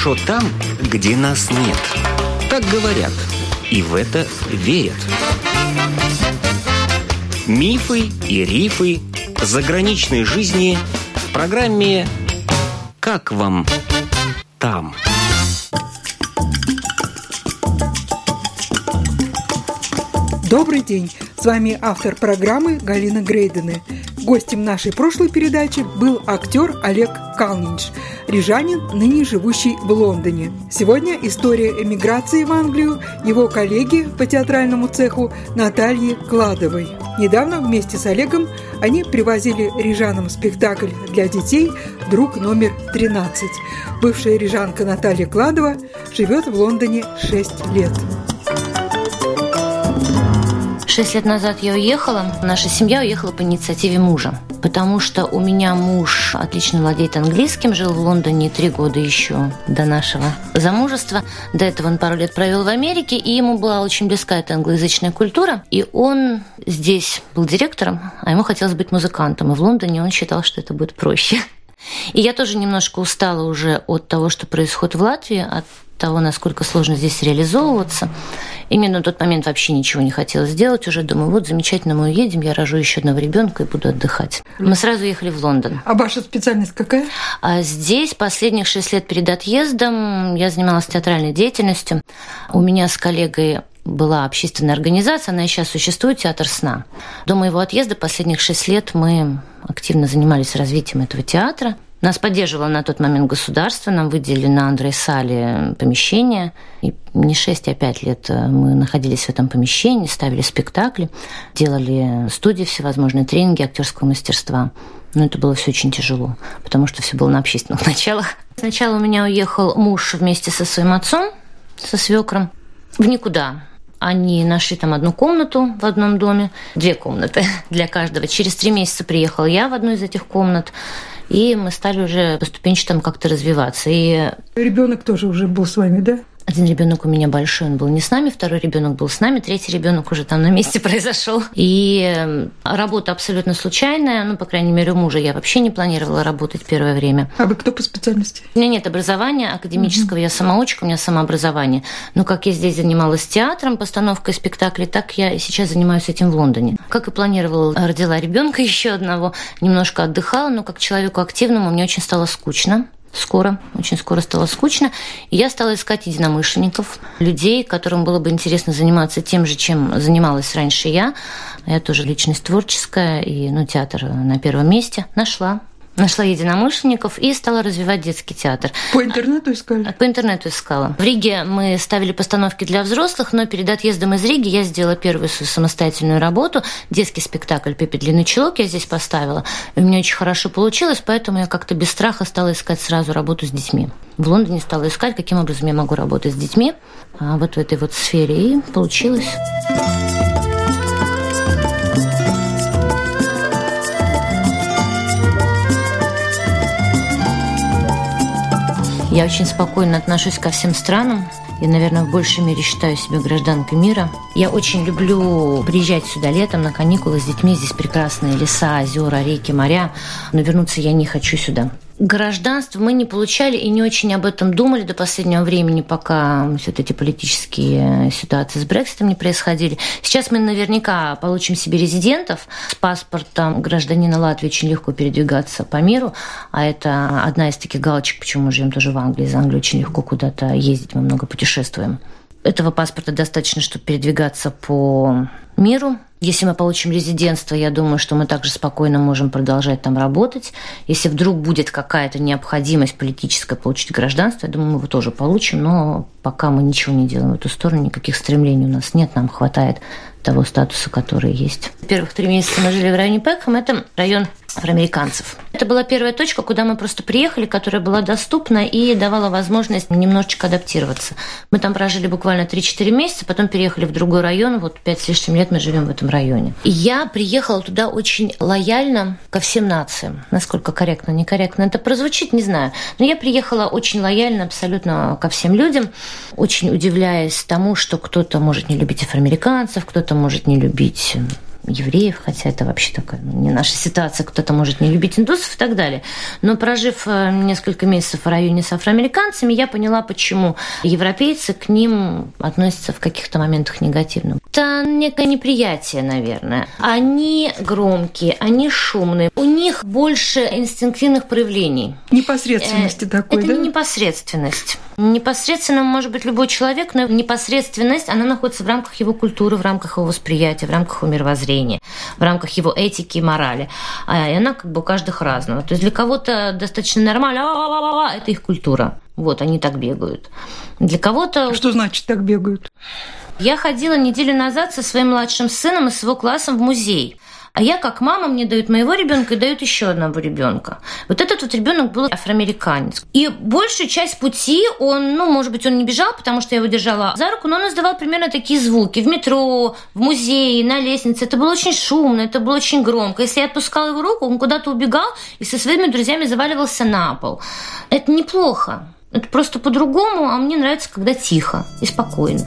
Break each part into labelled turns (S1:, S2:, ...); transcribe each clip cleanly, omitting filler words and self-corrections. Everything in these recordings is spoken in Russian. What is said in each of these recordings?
S1: хорошо там, где нас нет. Так говорят, и в это верят. Мифы и рифы заграничной жизни в программе «Как вам там?».
S2: Добрый день! С вами автор программы Галина Грейдене. Гостем нашей прошлой передачи был актер Олег Калнинш, рижанин, ныне живущий в Лондоне. Сегодня история эмиграции в Англию его коллеги по театральному цеху Натальи Кладовой. Недавно вместе с Олегом они привозили рижанам спектакль для детей «Друг номер 13». Бывшая рижанка Наталья Кладова живет в Лондоне 6 лет.
S3: 6 лет назад я уехала. Наша семья уехала по инициативе мужа. Потому что у меня муж отлично владеет английским, жил в Лондоне 3 года еще до нашего замужества. До этого он пару лет провел в Америке, и ему была очень близка эта англоязычная культура. И он здесь был директором, а ему хотелось быть музыкантом. И в Лондоне он считал, что это будет проще. И я тоже немножко устала уже от того, что происходит в Латвии, от того, насколько сложно здесь реализовываться. Именно в тот момент вообще ничего не хотела сделать. Уже думаю, вот замечательно, мы уедем, я рожу еще одного ребенка и буду отдыхать. Мы сразу ехали в Лондон.
S2: А ваша специальность какая?
S3: А здесь последних 6 лет перед отъездом я занималась театральной деятельностью. У меня с коллегой была общественная организация, она и сейчас существует, «Театр сна». До моего отъезда последних 6 лет мы активно занимались развитием этого театра. Нас поддерживало на тот момент государство, нам выделили на Андрей-Сале помещение. И не 6, а 5 лет мы находились в этом помещении, ставили спектакли, делали студии, всевозможные тренинги актерского мастерства. Но это было все очень тяжело, потому что все было на общественных началах. Сначала у меня уехал муж вместе со своим отцом, со свекром, в никуда. Они нашли там одну комнату в одном доме, 2 комнаты для каждого. Через 3 месяца приехала я в одну из этих комнат, и мы стали уже поступенчато как-то развиваться. И
S2: ребенок тоже уже был с вами, да?
S3: Один ребенок у меня большой, он был не с нами, второй ребенок был с нами, третий ребенок уже там на месте произошел. И работа абсолютно случайная, по крайней мере, у мужа я вообще не планировала работать первое время.
S2: А вы кто по специальности?
S3: У меня нет образования академического, я самоучка, у меня самообразование. Но как я здесь занималась театром, постановкой спектаклей, так я и сейчас занимаюсь этим в Лондоне. Как и планировала, родила ребенка еще одного, немножко отдыхала, но как человеку активному мне очень стало скучно. Очень скоро стало скучно, и я стала искать единомышленников, людей, которым было бы интересно заниматься тем же, чем занималась раньше я. Я тоже личность творческая, и театр на первом месте. Нашла единомышленников и стала развивать детский театр.
S2: По интернету искали?
S3: По интернету искала. В Риге мы ставили постановки для взрослых, но перед отъездом из Риги я сделала первую свою самостоятельную работу. Детский спектакль «Пеппи Длинный чулок» я здесь поставила. И у меня очень хорошо получилось, поэтому я как-то без страха стала искать сразу работу с детьми. В Лондоне стала искать, каким образом я могу работать с детьми вот в этой сфере. И получилось. Я очень спокойно отношусь ко всем странам. Я, наверное, в большей мере считаю себя гражданкой мира. Я очень люблю приезжать сюда летом на каникулы с детьми. Здесь прекрасные леса, озера, реки, моря. Но вернуться я не хочу сюда. Гражданство мы не получали и не очень об этом думали до последнего времени, пока все эти политические ситуации с Брекситом не происходили. Сейчас мы наверняка получим себе резидентов. С паспортом гражданина Латвии очень легко передвигаться по миру, а это одна из таких галочек, почему мы живем тоже в Англии. Из Англии очень легко куда-то ездить, мы много путешествуем. Этого паспорта достаточно, чтобы передвигаться по миру. Если мы получим резидентство, я думаю, что мы также спокойно можем продолжать там работать. Если вдруг будет какая-то необходимость политическая получить гражданство, я думаю, мы его тоже получим, но пока мы ничего не делаем в эту сторону, никаких стремлений у нас нет, нам хватает того статуса, который есть. Первых 3 месяца мы жили в районе Пекхэм, это район афроамериканцев. Это была первая точка, куда мы просто приехали, которая была доступна и давала возможность немножечко адаптироваться. Мы там прожили буквально 3-4 месяца, потом переехали в другой район, 5 с лишним лет мы живем в этом районе. И я приехала туда очень лояльно ко всем нациям. Насколько корректно, некорректно это прозвучит, не знаю. Но я приехала очень лояльно абсолютно ко всем людям, очень удивляясь тому, что кто-то может не любить афроамериканцев, кто-то может не любить евреев, хотя это вообще такая не наша ситуация, кто-то может не любить индусов и так далее. Но прожив несколько месяцев в районе с афроамериканцами, я поняла, почему европейцы к ним относятся в каких-то моментах негативно. Это некое неприятие, наверное. Они громкие, они шумные, у них больше инстинктивных проявлений.
S2: Непосредственности такой,
S3: это
S2: да?
S3: Это не непосредственность. Непосредственным может быть любой человек, но непосредственность, она находится в рамках его культуры, в рамках его восприятия, в рамках его мировоззрения, в рамках его этики и морали. И она как бы у каждого разного. То есть для кого-то достаточно нормально, это их культура. Вот, они так бегают. Для кого-то...
S2: Что значит так бегают?
S3: Я ходила неделю назад со своим младшим сыном и с его классом в музей. А я, как мама, мне дают моего ребенка и дают еще одного ребенка. Вот этот вот ребенок был афроамериканец. И большую часть пути он, может быть, он не бежал, потому что я его держала за руку, но он издавал примерно такие звуки. В метро, в музее, на лестнице. Это было очень шумно, это было очень громко. Если я отпускала его руку, он куда-то убегал и со своими друзьями заваливался на пол. Это неплохо. Это просто по-другому, а мне нравится, когда тихо и спокойно.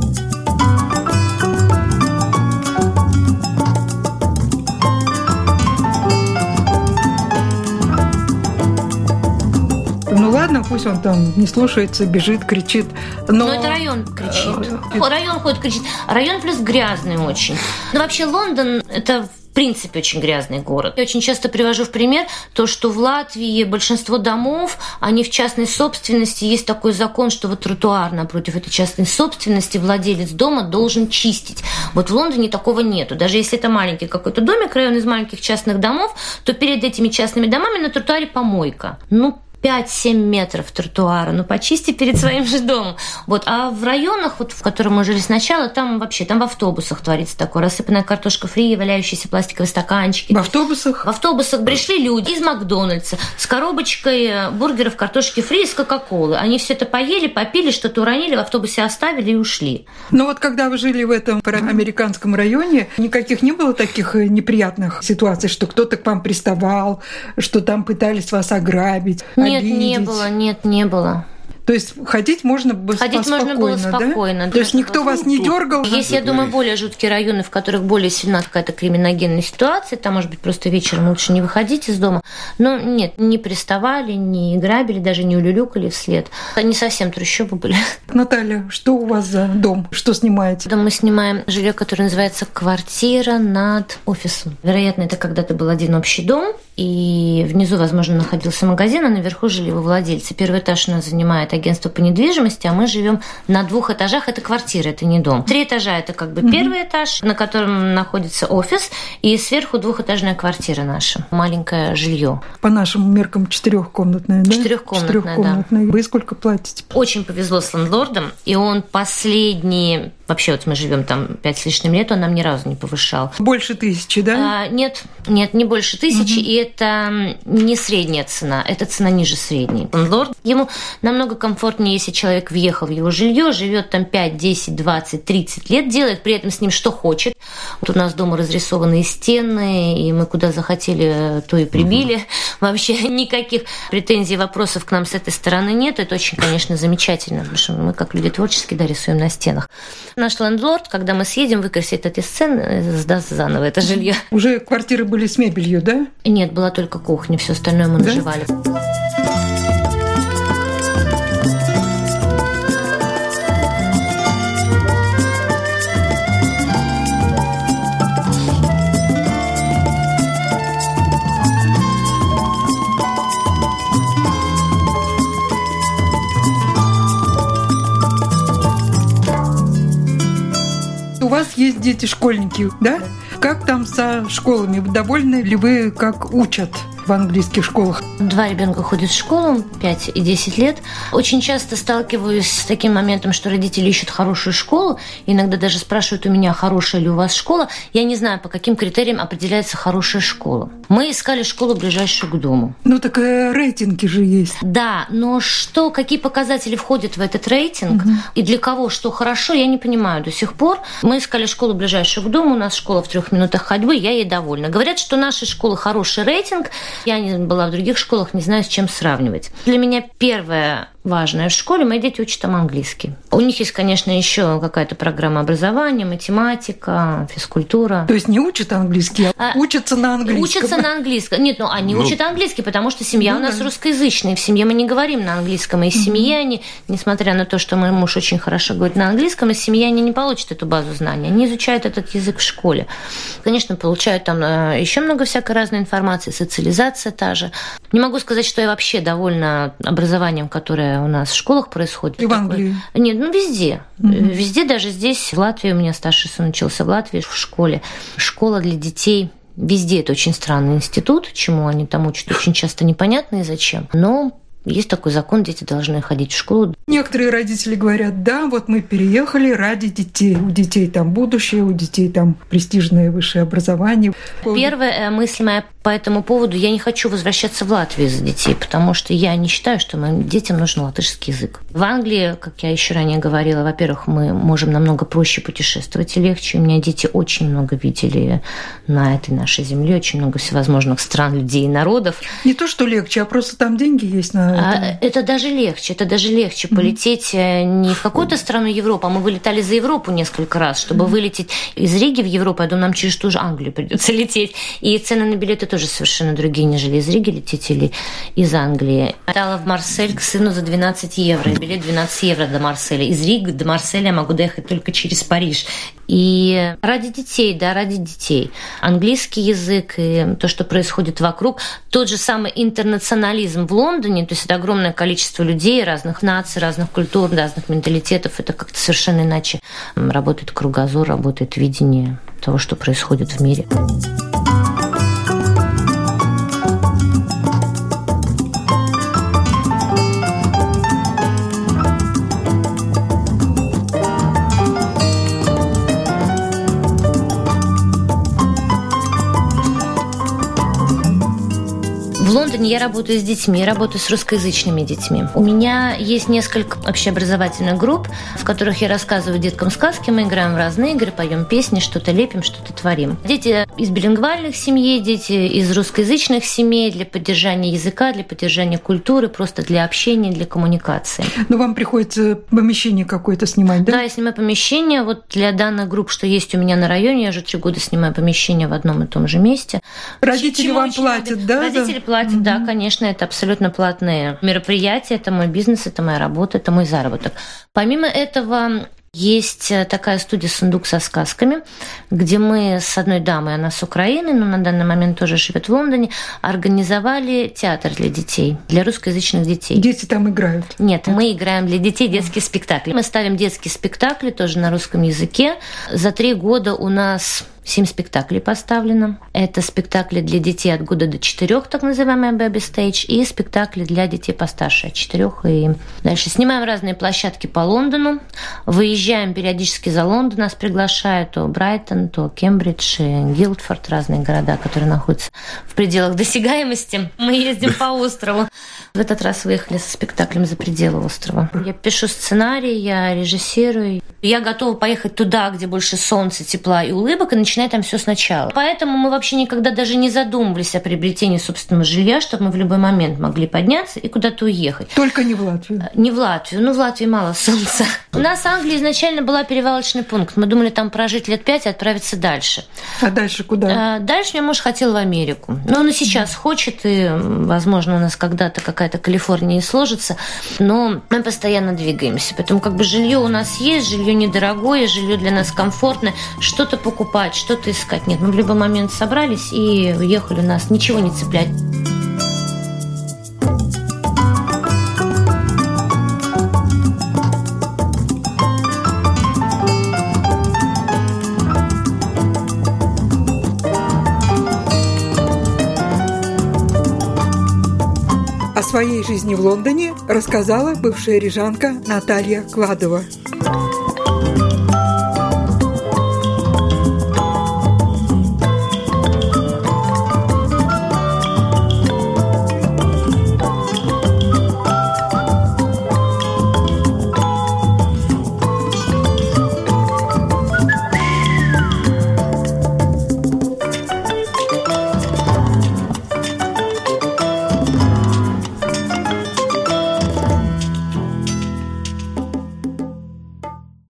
S2: Ну ладно, пусть он там не слушается, бежит, кричит. Но
S3: это район кричит. Район ходит, кричит. Район плюс грязный очень. Но вообще Лондон – это в принципе очень грязный город. Я очень часто привожу в пример то, что в Латвии большинство домов, они в частной собственности. Есть такой закон, что вот тротуар напротив этой частной собственности владелец дома должен чистить. Вот в Лондоне такого нету. Даже если это маленький какой-то домик, район из маленьких частных домов, то перед этими частными домами на тротуаре помойка. 5-7 метров тротуара, почисти перед своим же домом. Вот. А в районах, вот, в которых мы жили сначала, там в автобусах творится такое. Рассыпанная картошка фри, валяющиеся пластиковые стаканчики.
S2: В автобусах?
S3: В автобусах пришли люди из Макдональдса с коробочкой бургеров, картошки фри и с Кока-Колы. Они все это поели, попили, что-то уронили, в автобусе оставили и ушли.
S2: Но вот когда вы жили в этом американском районе, никаких не было таких неприятных ситуаций, что кто-то к вам приставал, что там пытались вас ограбить?
S3: Нет, не было.
S2: То есть ходить можно было спокойно, да? То есть никто вас не дергал?
S3: Есть, я думаю, более жуткие районы, в которых более сильна какая-то криминогенная ситуация. Там, может быть, просто вечером лучше не выходить из дома. Но нет, не приставали, не грабили, даже не улюлюкали вслед. Они совсем трущобы были.
S2: Наталья, что у вас за дом? Что снимаете?
S3: Дом мы снимаем жилье, которое называется «Квартира над офисом». Вероятно, это когда-то был один общий дом, и внизу, возможно, находился магазин, а наверху жили его владельцы. Первый этаж у нас занимает агентство по недвижимости, а мы живем на 2 этажах. Это квартира, это не дом. 3 этажа – это как бы первый этаж, на котором находится офис, и сверху 2-этажная квартира наша, маленькое жилье.
S2: По нашим меркам 4-комнатная, да?
S3: 4-комнатная, да.
S2: Вы сколько платите?
S3: Очень повезло с лендлордом, и он последние... Вообще, вот мы живем там 5 с лишним лет, он нам ни разу не повышал.
S2: Больше 1000, да?
S3: Нет, не больше 1000, и это не средняя цена, это цена ниже средней. Лендлорд, ему намного комфортнее, если человек въехал в его жилье, живет там 5, 10, 20, 30 лет, делает при этом с ним что хочет. Вот у нас дома разрисованные стены, и мы куда захотели, то и прибили. Вообще никаких претензий, вопросов к нам с этой стороны нет. Это очень, конечно, замечательно, потому что мы, как люди творческие, рисуем на стенах. Наш лендлорд, когда мы съедем, выкрасит эти сцены, сдаст заново это жилье.
S2: Уже квартиры были с мебелью, да?
S3: Нет, была только кухня, все остальное мы наживали.
S2: У вас есть дети-школьники, да? Как там со школами? Довольны ли вы, как учат в английских школах?
S3: 2 ребенка ходят в школу, 5 и 10 лет. Очень часто сталкиваюсь с таким моментом, что родители ищут хорошую школу. Иногда даже спрашивают у меня, хорошая ли у вас школа. Я не знаю, по каким критериям определяется хорошая школа. Мы искали школу, ближайшую к дому.
S2: Так рейтинги же есть.
S3: Да, но какие показатели входят в этот рейтинг и для кого что хорошо, я не понимаю до сих пор. Мы искали школу, ближайшую к дому. У нас школа в 3 минутах ходьбы, я ей довольна. Говорят, что нашей школы хороший рейтинг. Я не была в других школах, не знаю, с чем сравнивать. Для меня первое важное. В школе мои дети учат там английский. У них есть, конечно, еще какая-то программа образования, математика, физкультура.
S2: То есть не учат английский, а учатся на английском?
S3: Учатся на английском. Нет, они учат английский, потому что семья у нас русскоязычная. В семье мы не говорим на английском. И из семьи они, несмотря на то, что мой муж очень хорошо говорит на английском, из семьи они не получат эту базу знаний. Они изучают этот язык в школе. Конечно, получают там еще много всякой разной информации, социализация та же. Не могу сказать, что я вообще довольна образованием, которое у нас в школах происходит.
S2: И в Англии?
S3: Нет, везде. Везде, даже здесь, в Латвии, у меня старший сын учился в Латвии, в школе. Школа для детей. Везде это очень странный институт, чему они там учат, очень часто непонятно и зачем. Но есть такой закон, дети должны ходить в школу.
S2: Некоторые родители говорят, да, вот мы переехали ради детей. У детей там будущее, у детей там престижное высшее образование.
S3: Первая мысль моя по этому поводу: я не хочу возвращаться в Латвию из-за детей, потому что я не считаю, что моим детям нужен латышский язык. В Англии, как я еще ранее говорила, во-первых, мы можем намного проще путешествовать и легче. У меня дети очень много видели на этой нашей земле, очень много всевозможных стран, людей и народов.
S2: Не то, что легче, а просто там деньги есть на
S3: это даже легче. Полететь не в какую-то страну Европы, а мы вылетали за Европу несколько раз. Чтобы вылететь из Риги в Европу, я думаю, нам через ту же Англию придется лететь. И цены на билеты тоже совершенно другие, нежели из Риги лететь или из Англии. Я летала в Марсель к сыну за 12 евро. Билет 12 евро до Марселя. Из Риги до Марселя я могу доехать только через Париж. И ради детей, ради детей. Английский язык и то, что происходит вокруг. Тот же самый интернационализм в Лондоне, то есть это огромное количество людей, разных наций, разных культур, разных менталитетов. Это как-то совершенно иначе работает кругозор, работает видение того, что происходит в мире. В Лондоне я работаю с детьми, я работаю с русскоязычными детьми. У меня есть несколько общеобразовательных групп, в которых я рассказываю деткам сказки, мы играем в разные игры, поем песни, что-то лепим, что-то творим. Дети из билингвальных семей, дети из русскоязычных семей для поддержания языка, для поддержания культуры, просто для общения, для коммуникации.
S2: Но вам приходится помещение какое-то снимать, да?
S3: Да, я снимаю помещение. Вот для данных групп, что есть у меня на районе, я уже 3 года снимаю помещение в одном и том же месте.
S2: Родители вам платят, да?
S3: Родители платят, да, конечно, это абсолютно платные мероприятия, это мой бизнес, это моя работа, это мой заработок. Помимо этого, есть такая студия «Сундук со сказками», где мы с одной дамой, она с Украины, но на данный момент тоже живет в Лондоне, организовали театр для детей, для русскоязычных детей.
S2: Дети там играют?
S3: Нет, мы играем для детей детские спектакли. Мы ставим детские спектакли тоже на русском языке. За 3 года у нас 7 спектаклей поставлено. Это спектакли для детей от года до 4, так называемый baby stage, и спектакли для детей постарше, от 4 и дальше. Снимаем разные площадки по Лондону, выезжаем периодически за Лондон, нас приглашают то Брайтон, то Кембридж, Гилдфорд, разные города, которые находятся в пределах досягаемости. Мы ездим по острову. В этот раз выехали со спектаклем за пределы острова. Я пишу сценарий, я режиссирую. Я готова поехать туда, где больше солнца, тепла и улыбок, и начинать там все сначала. Поэтому мы вообще никогда даже не задумывались о приобретении собственного жилья, чтобы мы в любой момент могли подняться и куда-то уехать.
S2: Только не в Латвию?
S3: Не в Латвию. В Латвии мало солнца. У нас Англия изначально была перевалочный пункт. Мы думали там прожить лет 5 и отправиться дальше.
S2: А дальше куда?
S3: Дальше меня муж хотел в Америку. Но он и сейчас хочет, и, возможно, у нас когда-то какая-то Калифорния и сложится. Но мы постоянно двигаемся. Поэтому жилье у нас есть, жилье недорогое, жилье для нас комфортное. Что-то покупать, что-то искать. Нет, мы в любой момент собрались и уехали, нас ничего не цеплять.
S2: О своей жизни в Лондоне рассказала бывшая рижанка Наталья Кладова.